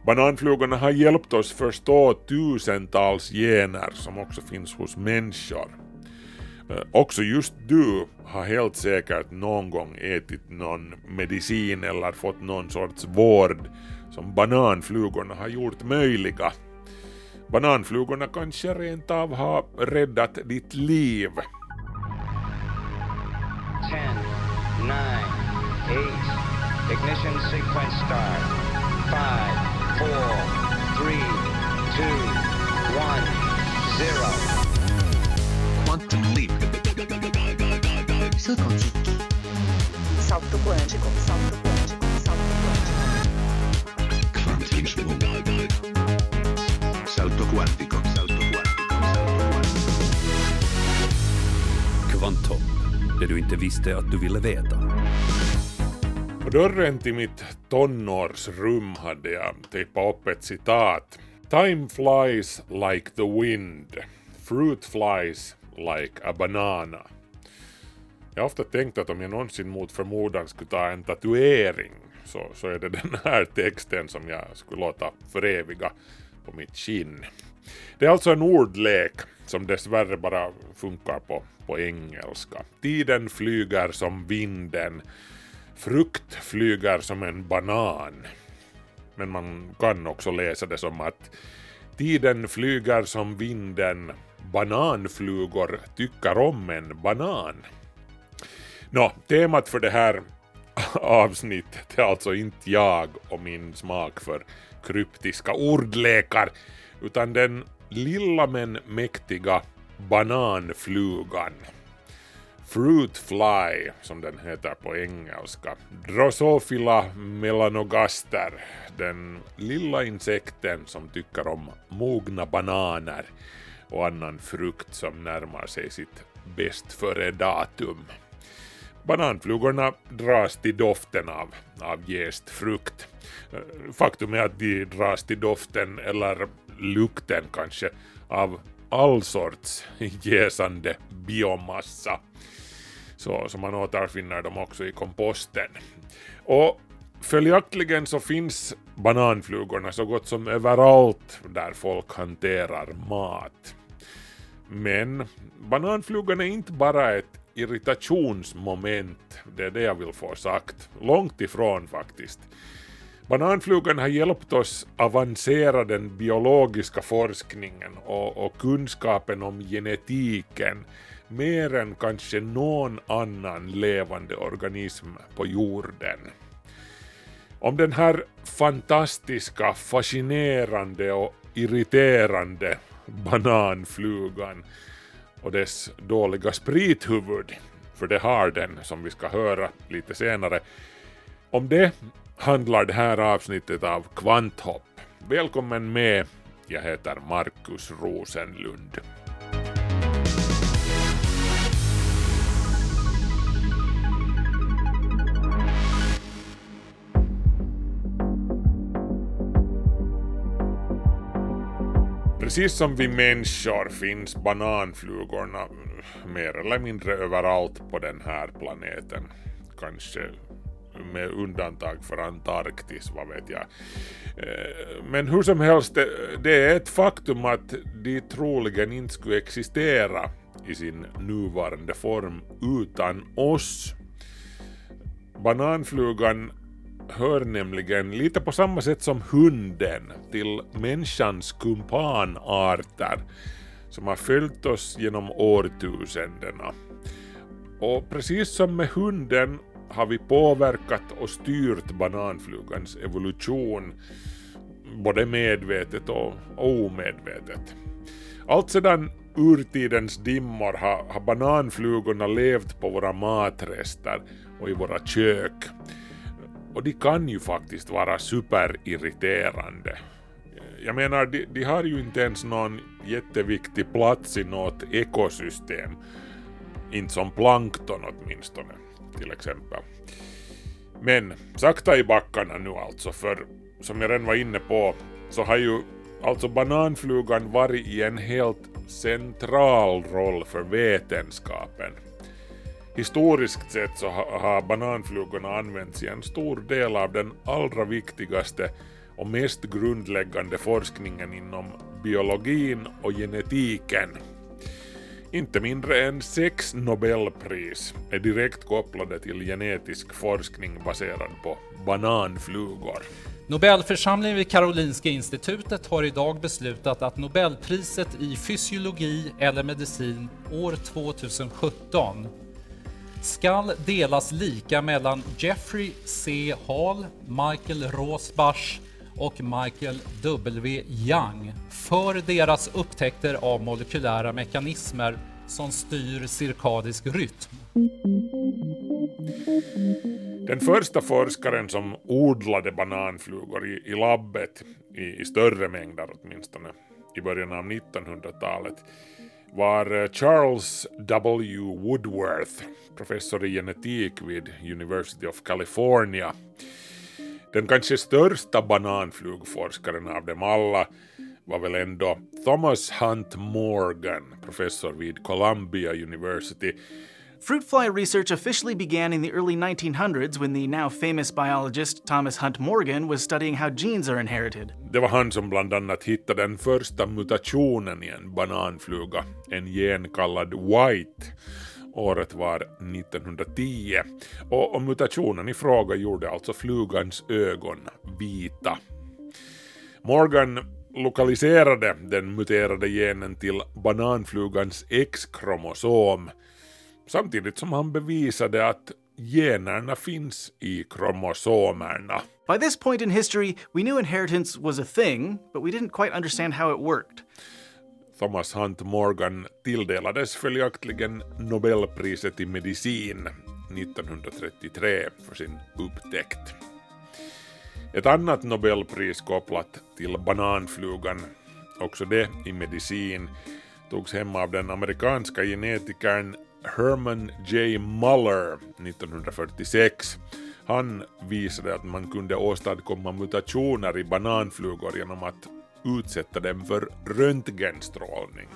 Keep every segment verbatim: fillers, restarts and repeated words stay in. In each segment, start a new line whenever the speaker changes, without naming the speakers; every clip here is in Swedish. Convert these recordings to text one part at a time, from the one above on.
Bananflugorna har hjälpt oss förstå tusentals gener som också finns hos människor. Också just du har helt säkert någon gång ätit någon medicin eller fått någon sorts vård som bananflugorna har gjort möjliga. Bananflugorna kanske rent av har räddat ditt liv.
ten, nine, eight, ignition sequence start. five, four, three, two, one, zero.
Quantum leap.
Saut quantique. Salto quântico, salto quântico, salto quântico.
Kvantfunktion. Salto quantico, salto quantico, salto quantico.
Kvanthopp, det du inte visste att du ville veta.
På dörren till mitt tonårsrum hade jag tejpat upp ett citat. Time flies like the wind. Fruit flies like a banana. Jag har ofta tänkt att om jag någonsin mot förmodan skulle ta en tatuering så, så är det den här texten som jag skulle låta föreviga på mitt kinn. Det är alltså en ordlek som dessvärre bara funkar på, på engelska. Tiden flyger som vinden. Frukt flyger som en banan. Men man kan också läsa det som att tiden flyger som vinden. Bananflugor tycker om en banan. Nå, temat för det här avsnittet är alltså inte jag och min smak för kryptiska ordlekar, utan den lilla men mäktiga bananflugan. Fruit fly, som den heter på engelska. Drosophila melanogaster, den lilla insekten som tycker om mogna bananer och annan frukt som närmar sig sitt bäst före datum. Bananflugorna dras till doften av, av jäst frukt. Faktum är att de dras till doften eller lukten kanske av all sorts jäsande biomassa. Så, så man återfinner dem också i komposten. Och följaktligen så finns bananflugorna så gott som överallt där folk hanterar mat. Men bananflugan är inte bara ett irritationsmoment, det är det jag vill få sagt. Långt ifrån faktiskt. Bananflugan har hjälpt oss avancera den biologiska forskningen och, och kunskapen om genetiken mer än kanske någon annan levande organism på jorden. Om den här fantastiska, fascinerande och irriterande bananflugan och dess dåliga sprithuvud, för det har den som vi ska höra lite senare. Om det handlar det här avsnittet av Kvanthopp. Välkommen med, jag heter Markus Rosenlund. Precis som vi människor finns bananflugorna mer eller mindre överallt på den här planeten. Kanske med undantag för Antarktis, vad vet jag. Men hur som helst, det är ett faktum att de troligen inte skulle existera i sin nuvarande form utan oss. Bananflugan hör nämligen lite på samma sätt som hunden till människans kumpanarter som har följt oss genom årtusendena. Och precis som med hunden har vi påverkat och styrt bananflugans evolution både medvetet och omedvetet. Allt sedan urtidens dimmor har, har bananflugorna levt på våra matrester och i våra kök. Och de kan ju faktiskt vara superirriterande. Jag menar, de, de har ju inte ens någon jätteviktig plats i något ekosystem. Inte som plankton åtminstone, till exempel. Men sakta i backarna nu alltså, för som jag redan var inne på så har ju alltså bananflugan varit i en helt central roll för vetenskapen. Historiskt sett så har bananflugorna använts i en stor del av den allra viktigaste och mest grundläggande forskningen inom biologin och genetiken. Inte mindre än sex Nobelpris är direkt kopplade till genetisk forskning baserad på bananflugor.
Nobelförsamlingen vid Karolinska institutet har idag beslutat att Nobelpriset i fysiologi eller medicin år tjugohundrasjutton skall delas lika mellan Jeffrey C. Hall, Michael Rosbach och Michael W. Young för deras upptäckter av molekylära mekanismer som styr cirkadisk rytm.
Den första forskaren som odlade bananflugor i, i labbet i, i större mängder åtminstone i början av nittonhundratalet var Charles W. Woodworth, professor i genetik vid University of California. Den kanske största bananflugforskaren av dem alla var väl ändå Thomas Hunt Morgan, professor vid Columbia University.
Fruit fly research officially began in the early nineteen hundreds when the now famous biologist Thomas Hunt Morgan was studying how genes are inherited.
Det var han som bland annat hittade den första mutationen i en bananfluga, en gen kallad White. Året var nittonhundratio och, och mutationen i fråga gjorde alltså flugans ögon vita. Morgan lokaliserade den muterade genen till bananflugans X-kromosom samtidigt som han bevisade att generna finns i kromosomerna.
By this point in history, we knew inheritance was a thing, but we didn't quite understand how it worked.
Thomas Hunt Morgan tilldelades följaktligen Nobelpriset i medicin nittonhundratrettiotre för sin upptäckt. Ett annat Nobelpris kopplat till bananflugan, också det i medicin, togs hem av den amerikanska genetikern Herman J. Muller nittonhundrafyrtiosex. Han visade att man kunde åstadkomma mutationer i bananflugor genom att utsätta dem för röntgenstrålning.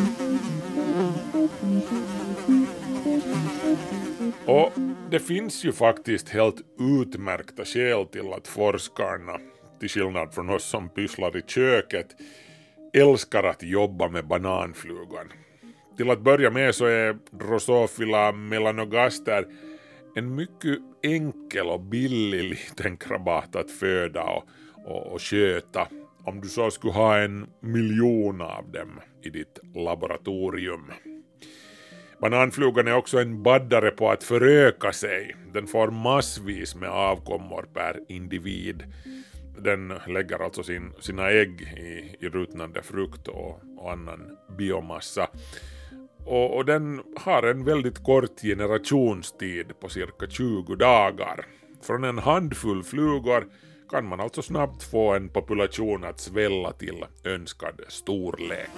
Och det finns ju faktiskt helt utmärkta skäl till att forskarna, till skillnad från oss som pysslar i köket, älskar att jobba med bananflugan. Till att börja med så är Drosophila melanogaster en mycket enkel och billig liten krabat att föda och, och, och sköta om du så skulle ha en miljon av dem i ditt laboratorium. Bananflugan är också en baddare på att föröka sig. Den får massvis med avkommor per individ. Den lägger alltså sin, sina ägg i, i ruttnande frukt och, och annan biomassa. Och, och den har en väldigt kort generationstid på cirka tjugo dagar. Från en handfull flugor kan man alltså snabbt få en population att svälla till önskad storlek.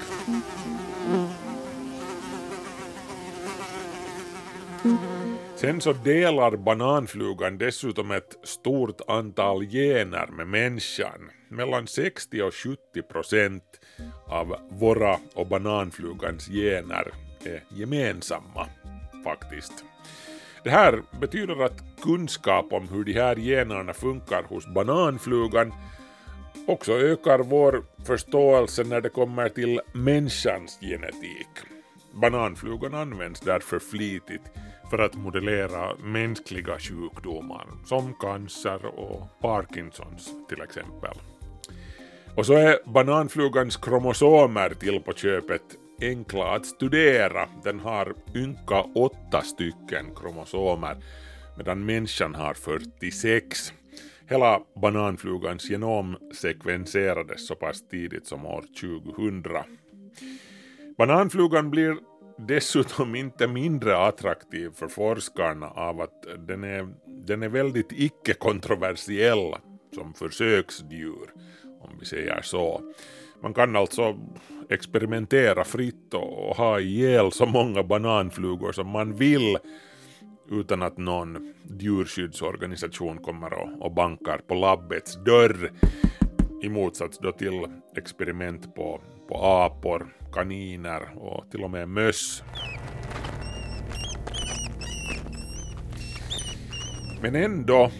Sen så delar bananflugan dessutom ett stort antal gener med människan. Mellan sextio och sjuttio procent av våra och bananflugans gener är gemensamma faktiskt. Det här betyder att kunskap om hur de här generna funkar hos bananflugan också ökar vår förståelse när det kommer till människans genetik. Bananflugan används därför flitigt för att modellera mänskliga sjukdomar som cancer och Parkinsons till exempel. Och så är bananflugans kromosomer till på köpet enkla att studera. Den har ynka åtta stycken kromosomer medan människan har fyrtiosex. Hela bananflugans genom sekvenserades så pass tidigt som år tjugohundra. Bananflugan blir dessutom inte mindre attraktiv för forskarna av att den är, den är väldigt icke-kontroversiell som försöksdjur, om vi säger så. Man kan alltså experimentera fritt och ha ihjäl så många bananflugor som man vill utan att någon djurskyddsorganisation kommer och, och bankar på labbets dörr, i motsats då till experiment på, på apor, kaniner och till och med möss. Men ändå,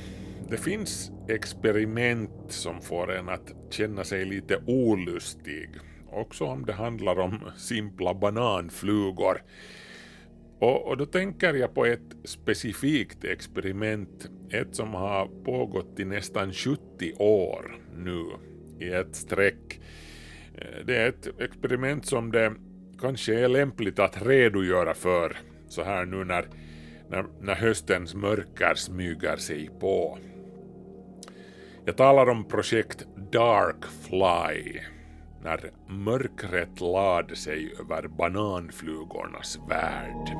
det finns experiment som får en att känna sig lite olustig, också om det handlar om simpla bananflugor. Och, och då tänker jag på ett specifikt experiment, ett som har pågått i nästan sjuttio år nu i ett streck. Det är ett experiment som det kanske är lämpligt att redogöra för så här nu när, när, när höstens mörker smyger sig på. Jag talar om projekt Darkfly, när mörkret lade sig över bananflugornas värld.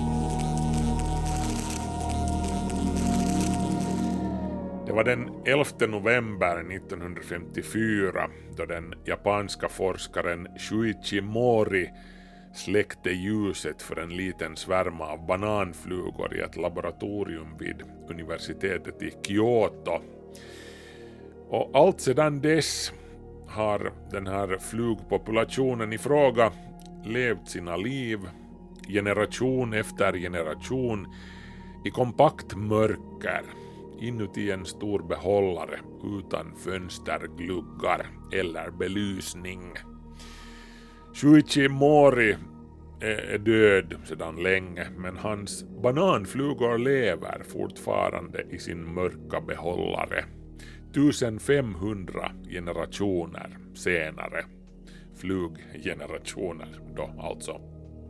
Det var den elfte november nittonhundrafemtiofyra då den japanska forskaren Shuichi Mori släckte ljuset för en liten svärma av bananflugor i ett laboratorium vid universitetet i Kyoto. Och allt sedan dess har den här flugpopulationen i fråga levt sina liv, generation efter generation, i kompakt mörker, inuti en stor behållare utan fönstergluggar eller belysning. Shuichi Mori är död sedan länge, men hans bananflugor lever fortfarande i sin mörka behållare. femtonhundra generationer senare. Fluggenerationer då alltså.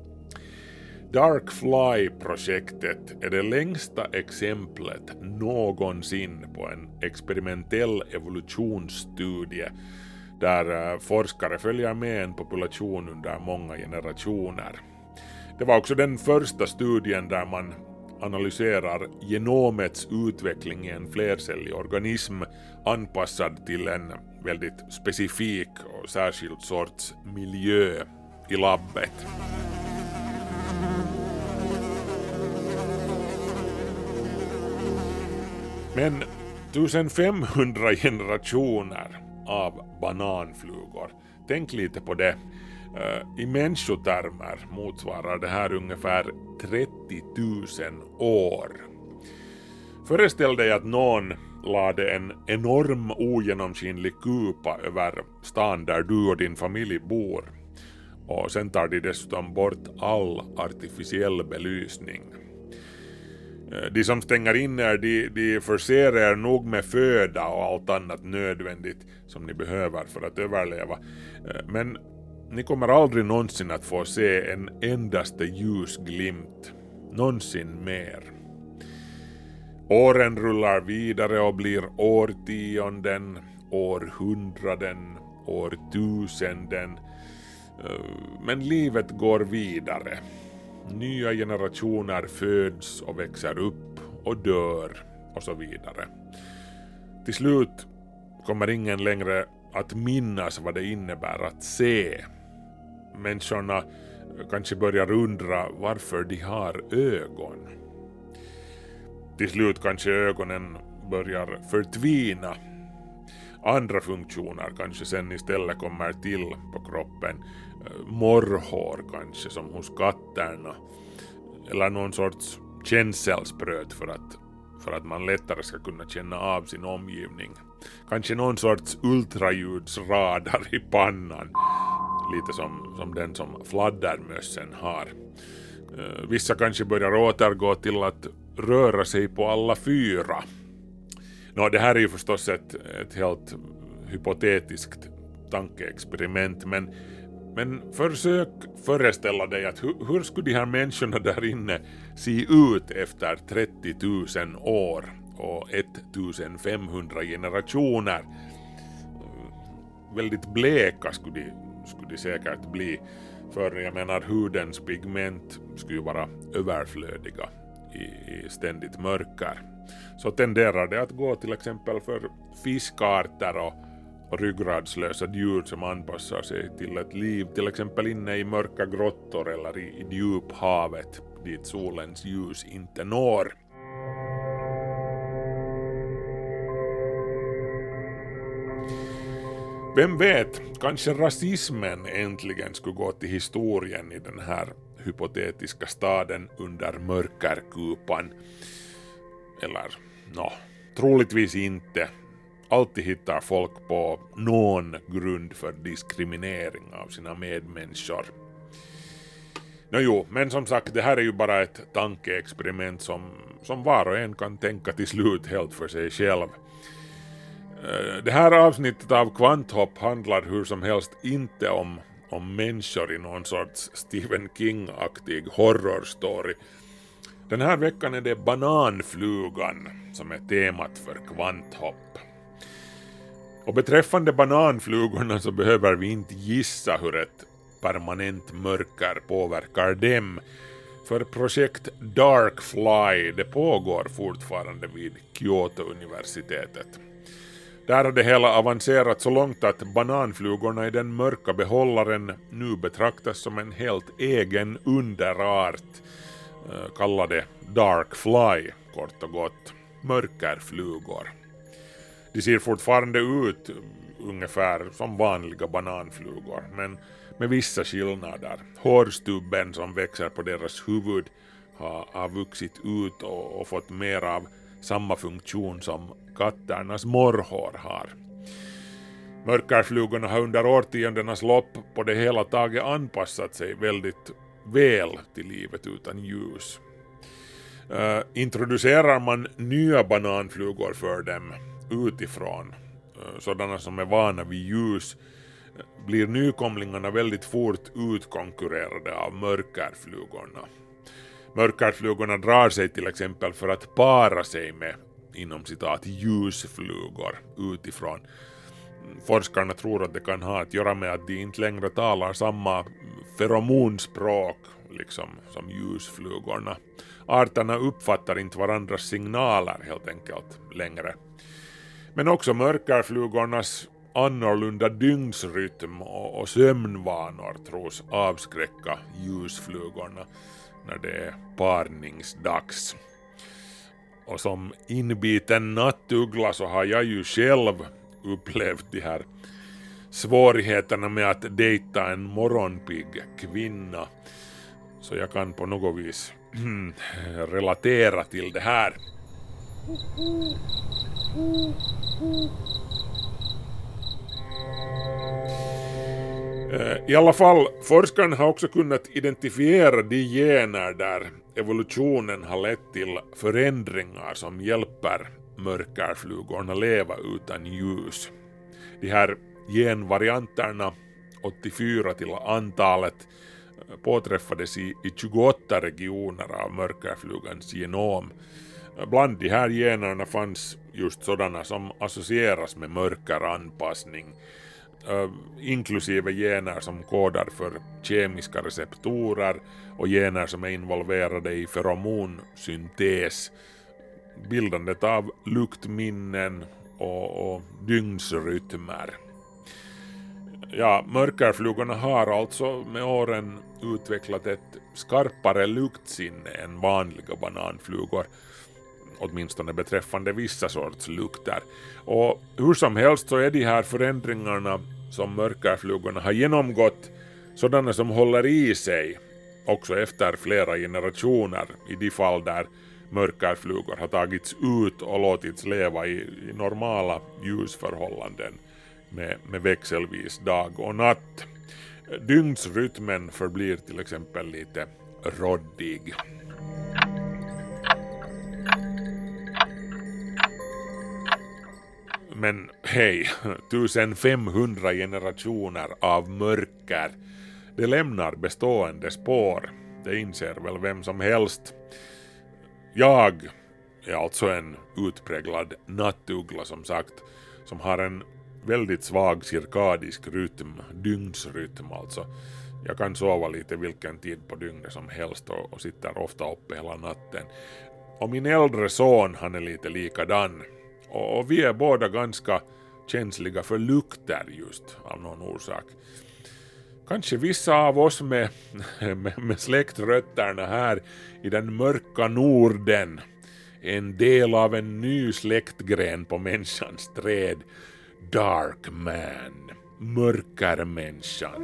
Darkfly-projektet är det längsta exemplet någonsin på en experimentell evolutionsstudie där forskare följer med en population under många generationer. Det var också den första studien där man analyserar genomets utveckling i en flercellig organism anpassad till en väldigt specifik och särskild sorts miljö i labbet. Men femtonhundra generationer av bananflugor, tänk lite på det. I människotermer motsvarar det här ungefär trettio tusen år. Föreställ dig att någon lade en enorm ogenomskinlig kupa över stan där du och din familj bor. Och sen tar de dessutom bort all artificiell belysning. De som stänger in er, de, de förser er nog med föda och allt annat nödvändigt som ni behöver för att överleva. Men ni kommer aldrig någonsin att få se en endaste ljusglimt. Någonsin mer. Åren rullar vidare och blir årtionden, århundraden, årtusenden. Men livet går vidare. Nya generationer föds och växer upp och dör och så vidare. Till slut kommer ingen längre att minnas vad det innebär att se. Människorna kanske börjar undra varför de har ögon. Till slut kanske ögonen börjar förtvina. Andra funktioner kanske sen istället kommer till på kroppen. Morrhår kanske som hos katterna. Eller någon sorts känselspröt för att, för att man lättare ska kunna känna av sin omgivning. Kanske någon sorts ultraljudsradar i pannan. Lite som, som den som fladdermössen har. Vissa kanske börjar återgå till att röra sig på alla fyra. Nå, det här är ju förstås ett, ett helt hypotetiskt tankeexperiment, men, men försök föreställa dig att hur, hur skulle de här människorna där inne se ut efter trettio tusen år och femtonhundra generationer. Väldigt bleka skulle de, skulle de säkert bli, för jag menar hudens pigment skulle ju vara överflödiga i, i ständigt mörker. Så tenderar det att gå till exempel för fiskarter och, och ryggradslösa djur som anpassar sig till ett liv till exempel inne i mörka grottor eller i, i djuphavet dit solens ljus inte når. Vem vet, kanske rasismen äntligen skulle gå till historien i den här hypotetiska staden under mörkerkupan. Eller, nå, troligtvis inte. Alltid hittar folk på någon grund för diskriminering av sina medmänniskor. Nå jo, men som sagt, det här är ju bara ett tankeexperiment som, som var och en kan tänka till slut helt för sig själv. Det här avsnittet av Kvanthopp handlar hur som helst inte om, om människor i någon sorts Stephen King-aktig horrorstory. Den här veckan är det bananflugan som är temat för Kvanthopp. Och beträffande bananflugorna så behöver vi inte gissa hur ett permanent mörker påverkar dem. För projekt Darkfly, det pågår fortfarande vid Kyoto-universitetet. Där har det hela avancerat så långt att bananflugorna i den mörka behållaren nu betraktas som en helt egen underart, kallade Darkfly, kort och gott, mörkerflugor. De ser fortfarande ut ungefär som vanliga bananflugor, men med vissa skillnader. Hårstubben som växer på deras huvud har, har vuxit ut och, och fått mer av samma funktion som katternas morrhår har. Mörkerflugorna har under årtiondenas lopp på det hela taget anpassat sig väldigt väl till livet utan ljus. Uh, introducerar man nya bananflugor för dem utifrån, uh, sådana som är vana vid ljus, uh, blir nykomlingarna väldigt fort utkonkurrerade av mörkerflugorna. Mörkerflugorna drar sig till exempel för att para sig med, inom citat, ljusflugor utifrån. Forskarna tror att det kan ha att göra med att de inte längre talar samma feromonspråk liksom som ljusflugorna. Arterna uppfattar inte varandras signaler helt enkelt längre. Men också mörkerflugornas annorlunda dygnsrytm och, och sömnvanor tros avskräcka ljusflugorna när det är parningsdags. Och som inbiten nattuggla så har jag ju själv upplevt de här svårigheterna med att dejta en morgonpigg kvinna. Så jag kan på något vis relatera till det här. I alla fall, forskarna har också kunnat identifiera de gener där evolutionen har lett till förändringar som hjälper mörkerflugorna leva utan ljus. De här genvarianterna, åttiofyra till antalet, påträffades i, i tjugoåtta regioner av mörkerflugans genom. Bland de här generna fanns just sådana som associeras med mörkeranpassning, Uh, inklusive gener som kodar för kemiska receptorer och gener som är involverade i feromonsyntes, bildandet av luktminnen och, och dygnsrytmer. Ja, mörkerflugorna har alltså med åren utvecklat ett skarpare luktsinne än vanliga bananflugor, åtminstone beträffande vissa sorts lukter. Och hur som helst så är de här förändringarna som mörkerflugorna har genomgått sådana som håller i sig också efter flera generationer i de fall där mörkerflugor har tagits ut och låtits leva i, i normala ljusförhållanden med, med växelvis dag och natt. Dygnsrytmen förblir till exempel lite råddig. Men hej, femtonhundra generationer av mörker, det lämnar bestående spår. Det inser väl vem som helst. Jag är alltså en utpräglad nattuggla som sagt, som har en väldigt svag cirkadisk rytm, dygnsrytm alltså. Jag kan sova lite vilken tid på dygnet som helst och, och sitter ofta uppe hela natten. Och min äldre son, han är lite likadan. Och vi är båda ganska känsliga för lukter just av någon orsak. Kanske vissa av oss med, med, med släktrötterna här i den mörka Norden, en del av en ny släktgren på människans träd, Dark Man, mörkermänniskan.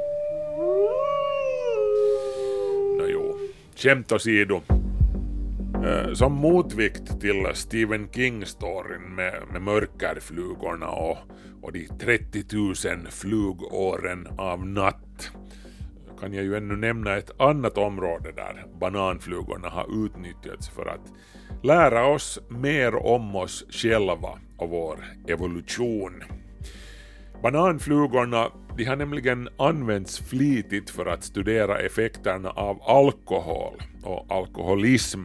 Nå jo, skämt åsido. Som motvikt till Stephen King-storyn med, med mörkerflugorna och, och de trettio tusen flugåren av natt kan jag ju ännu nämna ett annat område där bananflugorna har utnyttjats för att lära oss mer om oss själva och vår evolution. Bananflugorna de har nämligen använts flitigt för att studera effekterna av alkohol och alkoholism.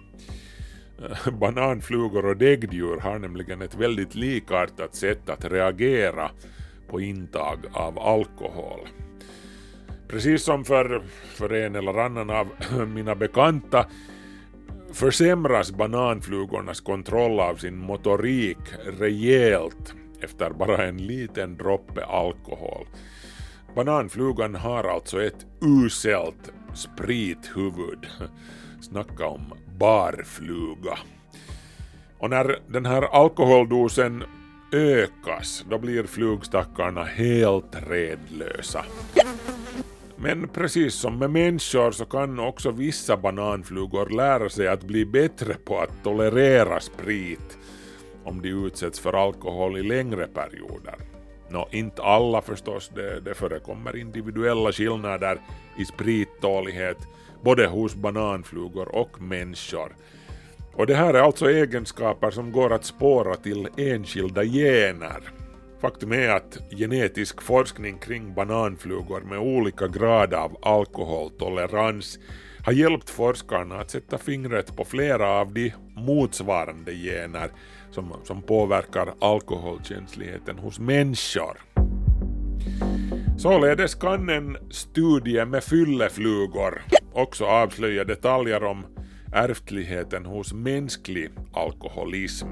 Bananflugor och däggdjur har nämligen ett väldigt likartat sätt att reagera på intag av alkohol. Precis som för, för en eller annan av mina bekanta försämras bananflugornas kontroll av sin motorik rejält efter bara en liten droppe alkohol. Bananflugan har alltså ett uselt sprithuvud. Snacka om barfluga. Och när den här alkoholdosen ökas, då blir flugstackarna helt redlösa. Men precis som med människor så kan också vissa bananflugor lära sig att bli bättre på att tolerera sprit om de utsätts för alkohol i längre perioder. Nå, inte alla förstås, det, det förekommer individuella skillnader i sprittålighet både hos bananflugor och människor. Och det här är alltså egenskaper som går att spåra till enskilda gener. Faktum är att genetisk forskning kring bananflugor med olika grad av alkoholtolerans har hjälpt forskarna att sätta fingret på flera av de motsvarande gener som, som påverkar alkoholkänsligheten hos människor. Således kan en studie med fylleflugor också avslöja detaljer om ärftligheten hos mänsklig alkoholism.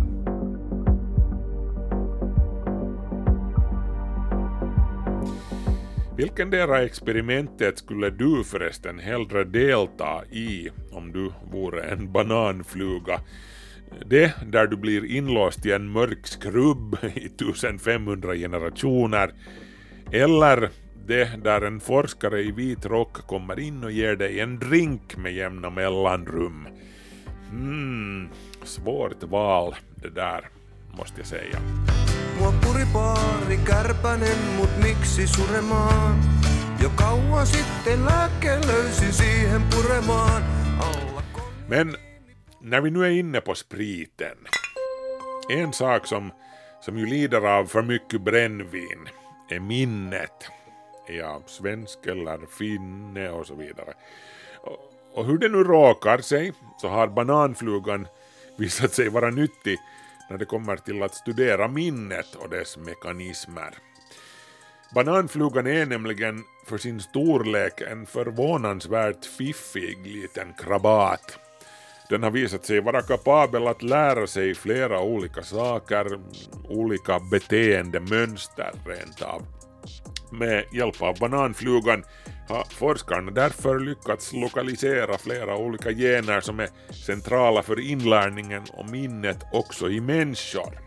Vilken dera experimentet skulle du förresten hellre delta i om du vore en bananfluga? Det där du blir inlåst i en mörk skrubb i femtonhundra generationer, eller det där en forskare i vit rock kommer in och ger dig en drink med jämna mellanrum? Hmm, svårt val det där, måste jag säga.
Mua puri paari kärpänen, mut miksi suremaan? Jo kauan sitten lääke löysin siihen puremaan. Alla
Men när vi nu är inne på spriten, en sak som, som ju lider av för mycket brännvin är minnet. Ja, svensk eller finne och så vidare. Och, och hur det nu råkar sig så har bananflugan visat sig vara nyttig när det kommer till att studera minnet och dess mekanismer. Bananflugan är nämligen för sin storlek en förvånansvärt fiffig liten krabat. Den har visat sig vara kapabel att lära sig flera olika saker, olika beteendemönster rent av. Med hjälp av bananflugan har forskarna därför lyckats lokalisera flera olika gener som är centrala för inlärningen och minnet också i människor.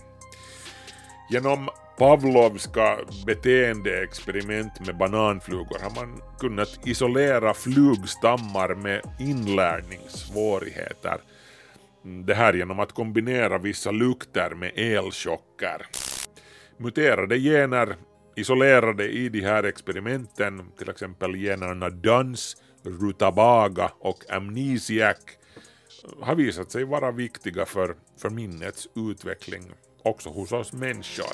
Genom Pavlovska beteendeexperiment med bananflugor har man kunnat isolera flugstammar med inlärningssvårigheter. Det här genom att kombinera vissa lukter med elchocker. Muterade gener isolerade i de här experimenten, till exempel generna dans, rutabaga och amnesiac, har visat sig vara viktiga för, för minnets utveckling också hos oss människor.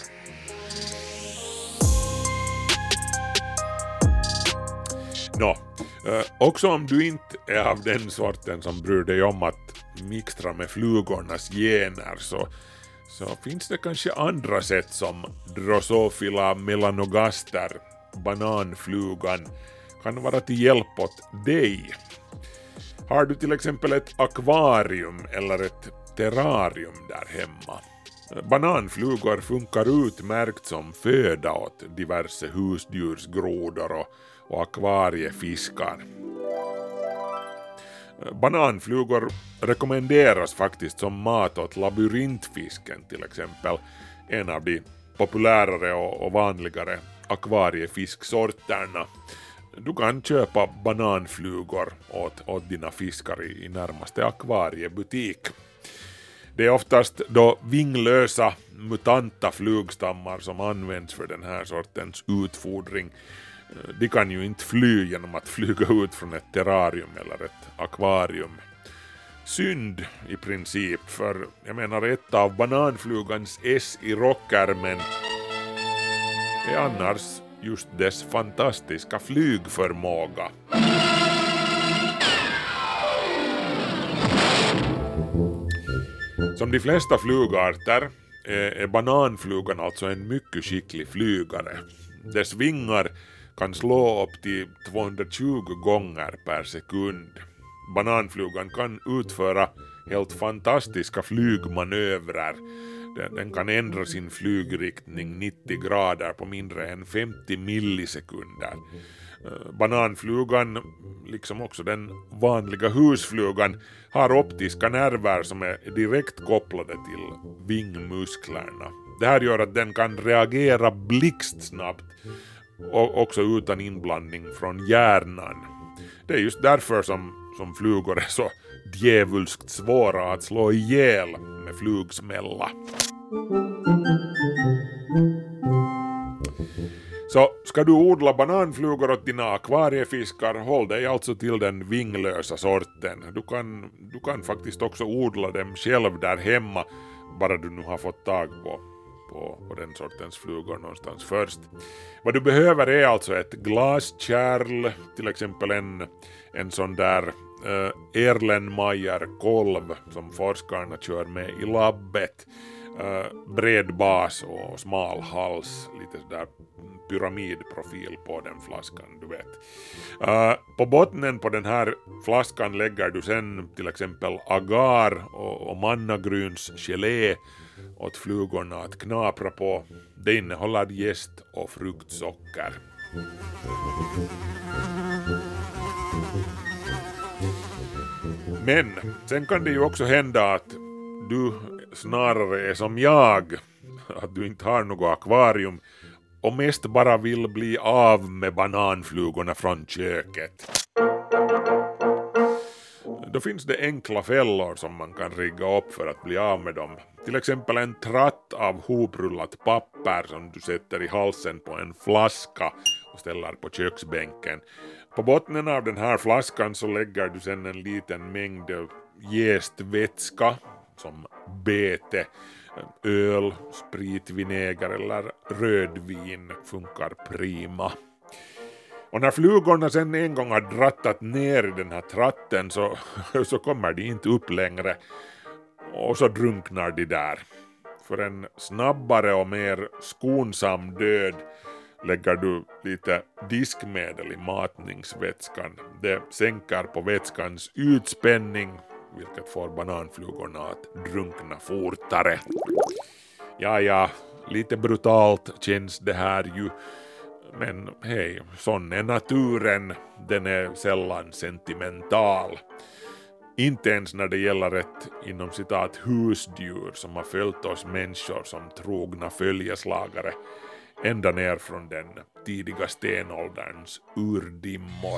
Nå, eh, också om du inte är av den sorten som bryr dig om att mixtra med flugornas gener, så, så finns det kanske andra sätt som Drosophila melanogaster, bananflugan, kan vara till hjälp åt dig. Har du till exempel ett akvarium eller ett terrarium där hemma? Bananflugor funkar utmärkt som föda åt diverse husdjursgrodor och, och akvariefiskar. Bananflugor rekommenderas faktiskt som mat åt labyrintfisken till exempel, en av de populärare och, och vanligare akvariefisksorterna. Du kan köpa bananflugor åt, åt dina fiskar i, i närmaste akvariebutik. Det är oftast då vinglösa, mutanta flugstammar som används för den här sortens utfodring. De kan ju inte fly genom att flyga ut från ett terrarium eller ett akvarium. Synd i princip, för jag menar ett av bananflugans S i rockärmen är annars just dess fantastiska flygförmåga. Som de flesta flugarter är, är bananflugan alltså en mycket skicklig flygare. Dess vingar kan slå upp till tvåhundratjugo gånger per sekund. Bananflugan kan utföra helt fantastiska flygmanövrar. Den, den kan ändra sin flygriktning nittio grader på mindre än femtio millisekunder. Bananflugan, liksom också den vanliga husflugan, har optiska nerver som är direkt kopplade till vingmusklerna. Det här gör att den kan reagera blixtsnabbt och också utan inblandning från hjärnan. Det är just därför som, som flugor är så djävulskt svåra att slå ihjäl med flugsmälla. Så ska du odla bananflugor åt dina akvariefiskar, håll dig alltså till den vinglösa sorten. Du kan, du kan faktiskt också odla dem själv där hemma, bara du nu har fått tag på, på, på den sortens flugor någonstans först. Vad du behöver är alltså ett glaskärl, till exempel en, en sån där uh, Erlenmeyer-kolv som forskarna kör med i labbet. Uh, bred bas och smal hals, lite sådär pyramidprofil på den flaskan, du vet. Uh, på bottnen på den här flaskan lägger du sen till exempel agar och, och mannagryns gelé åt flugorna att knapra på. Det innehåller jäst och fruktsocker. Men sen kan det ju också hända att du snarare är som jag, att du inte har något akvarium och mest bara vill bli av med bananflugorna från köket. Då finns det enkla fällor som man kan rigga upp för att bli av med dem. Till exempel en tratt av hoprullat papper som du sätter i halsen på en flaska och ställer på köksbänken. På botten av den här flaskan så lägger du sen en liten mängd jäst vätska som bete, öl, spritvinäger eller rödvin funkar prima. Och när flugorna sen en gång har drattat ner i den här tratten så, så kommer de inte upp längre och så drunknar de där. För en snabbare och mer skonsam död lägger du lite diskmedel i matningsvätskan. Det sänker på vätskans utspänning, vilket får bananflugorna att drunkna fortare. Ja, ja, lite brutalt känns det här ju. Men hej, sån är naturen. Den är sällan sentimental. Inte ens när det gäller ett inom citat husdjur som har följt oss människor som trogna följeslagare ända ner från den tidiga stenålderns urdimmor.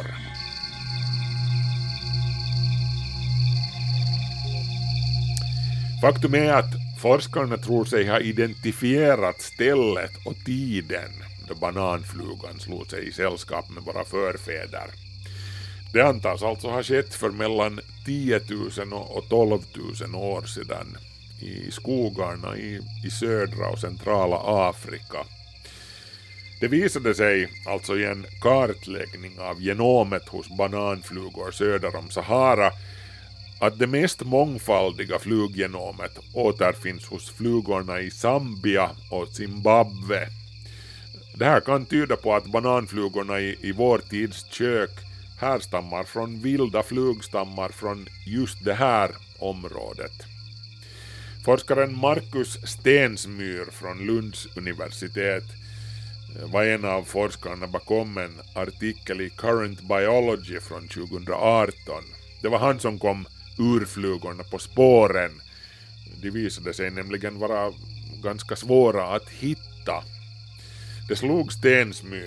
Faktum är att forskarna tror sig ha identifierat stället och tiden då bananflugan slog sig i sällskap med våra förfäder. Det antas alltså ha skett för mellan tio tusen och tolv tusen år sedan i skogarna i, i södra och centrala Afrika. Det visade sig alltså i en kartläggning av genomet hos bananflugor söder om Sahara att det mest mångfaldiga fluggenomet återfinns hos flugorna i Zambia och Zimbabwe. Det här kan tyda på att bananflugorna i, i vår tids kök härstammar från vilda flugstammar från just det här området. Forskaren Markus Stensmyr från Lunds universitet var en av forskarna bakom en artikel i Current Biology från tjugoarton. Det var han som kom urflugorna på spåren. De visade sig nämligen vara ganska svåra att hitta. Det slog Stensmyr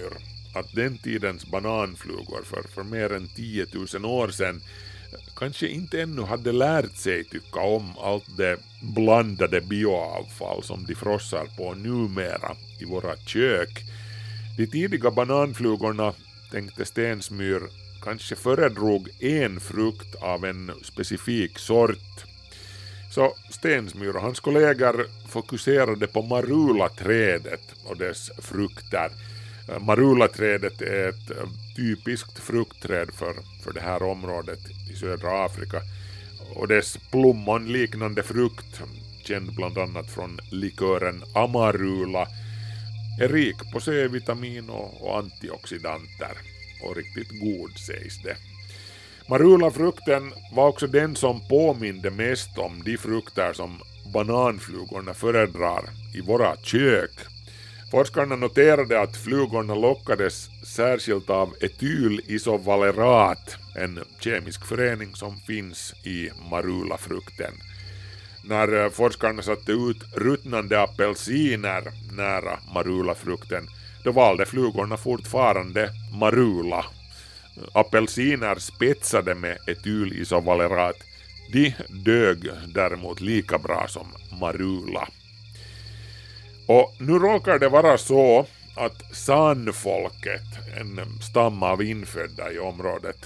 att den tidens bananflugor för, för mer än tio tusen år sedan kanske inte ännu hade lärt sig tycka om allt det blandade bioavfall som de frossar på numera i våra kök. De tidiga bananflugorna, tänkte Stensmyr, kanske föredrog en frukt av en specifik sort. Så Stensmyr och hans kollegor fokuserade på marulaträdet och dess frukter. Marulaträdet är ett typiskt fruktträd för, för det här området i södra Afrika. Och dess plommonliknande frukt, känd bland annat från likören amarula, är rik på C-vitamin och, och antioxidanter. Och riktigt god sägs det. Marulafrukten var också den som påminde mest om de frukter som bananflugorna föredrar i våra kök. Forskarna noterade att flugorna lockades särskilt av etylisovalerat, en kemisk förening som finns i marulafrukten. När forskarna satte ut ruttnande apelsiner nära marulafrukten, då valde flugorna fortfarande marula. Apelsiner spetsade med etylisovalerat, de dög däremot lika bra som marula. Och nu råkar det vara så att San-folket, en stam av infödda i området,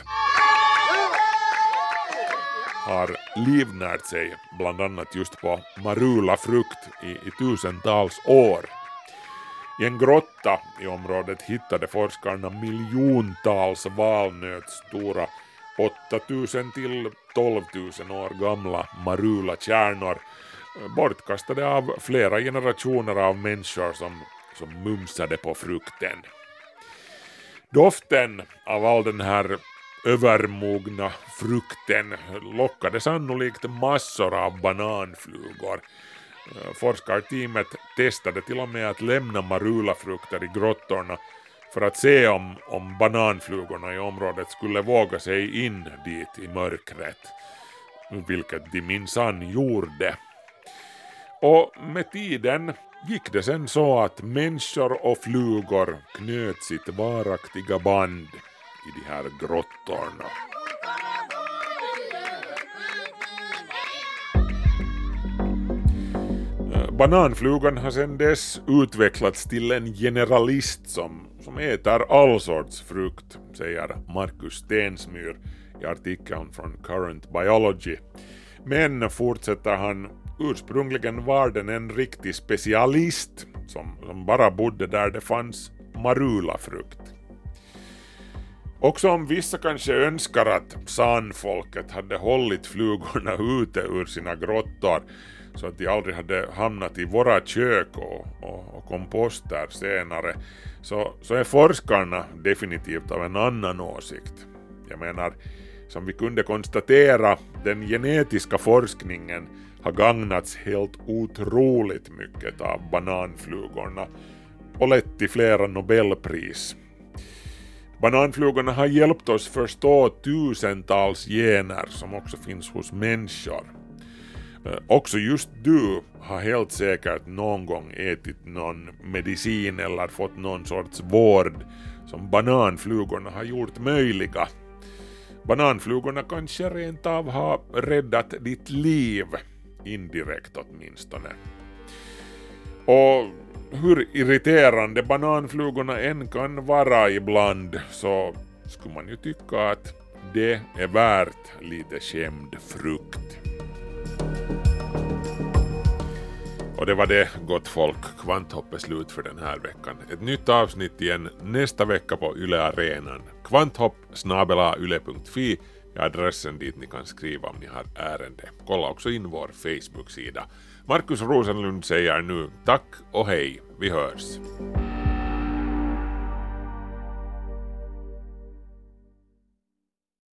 har livnärt sig bland annat just på marulafrukt i, i tusentals år. I en grotta i området hittade forskarna miljontals valnötsstora åttatusen till tolvtusen år gamla marulakärnor, bortkastade av flera generationer av människor som, som mumsade på frukten. Doften av all den här övermogna frukten lockade sannolikt massor av bananflugor. Forskarteamet testade till och med att lämna marulafrukter i grottorna för att se om, om bananflugorna i området skulle våga sig in dit i mörkret, vilket de minsann gjorde. Och med tiden gick det sen så att människor och flugor knöt sitt varaktiga band i de här grottorna. Bananflugan har sedan dess utvecklats till en generalist som, som äter all sorts frukt, säger Markus Stensmyr i artikeln från Current Biology. Men, fortsätter han, ursprungligen var den en riktig specialist som, som bara bodde där det fanns marulafrukt. Också om vissa kanske önskar att San-folket hade hållit flugorna ute ur sina grottor så att de aldrig hade hamnat i våra kök och, och, och komposter senare, så, så är forskarna definitivt av en annan åsikt. Jag menar, som vi kunde konstatera, den genetiska forskningen har gagnats helt otroligt mycket av bananflugorna och lett till flera Nobelpris. Bananflugorna har hjälpt oss förstå tusentals gener som också finns hos människor. Också just du har helt säkert någon gång ätit någon medicin eller fått någon sorts vård som bananflugorna har gjort möjliga. Bananflugorna kanske rent av har räddat ditt liv, indirekt åtminstone. Och hur irriterande bananflugorna än kan vara ibland, så skulle man ju tycka att det är värt lite skämd frukt. Och det var det, gott folk. Kvanthopp är slut för den här veckan. Ett nytt avsnitt igen nästa vecka på Yle Arenan. Kvanthopp snabel-a yle punkt fi är adressen dit ni kan skriva om ni har ärende. Kolla också in vår Facebook-sida. Markus Rosenlund säger nu tack och hej. Vi hörs.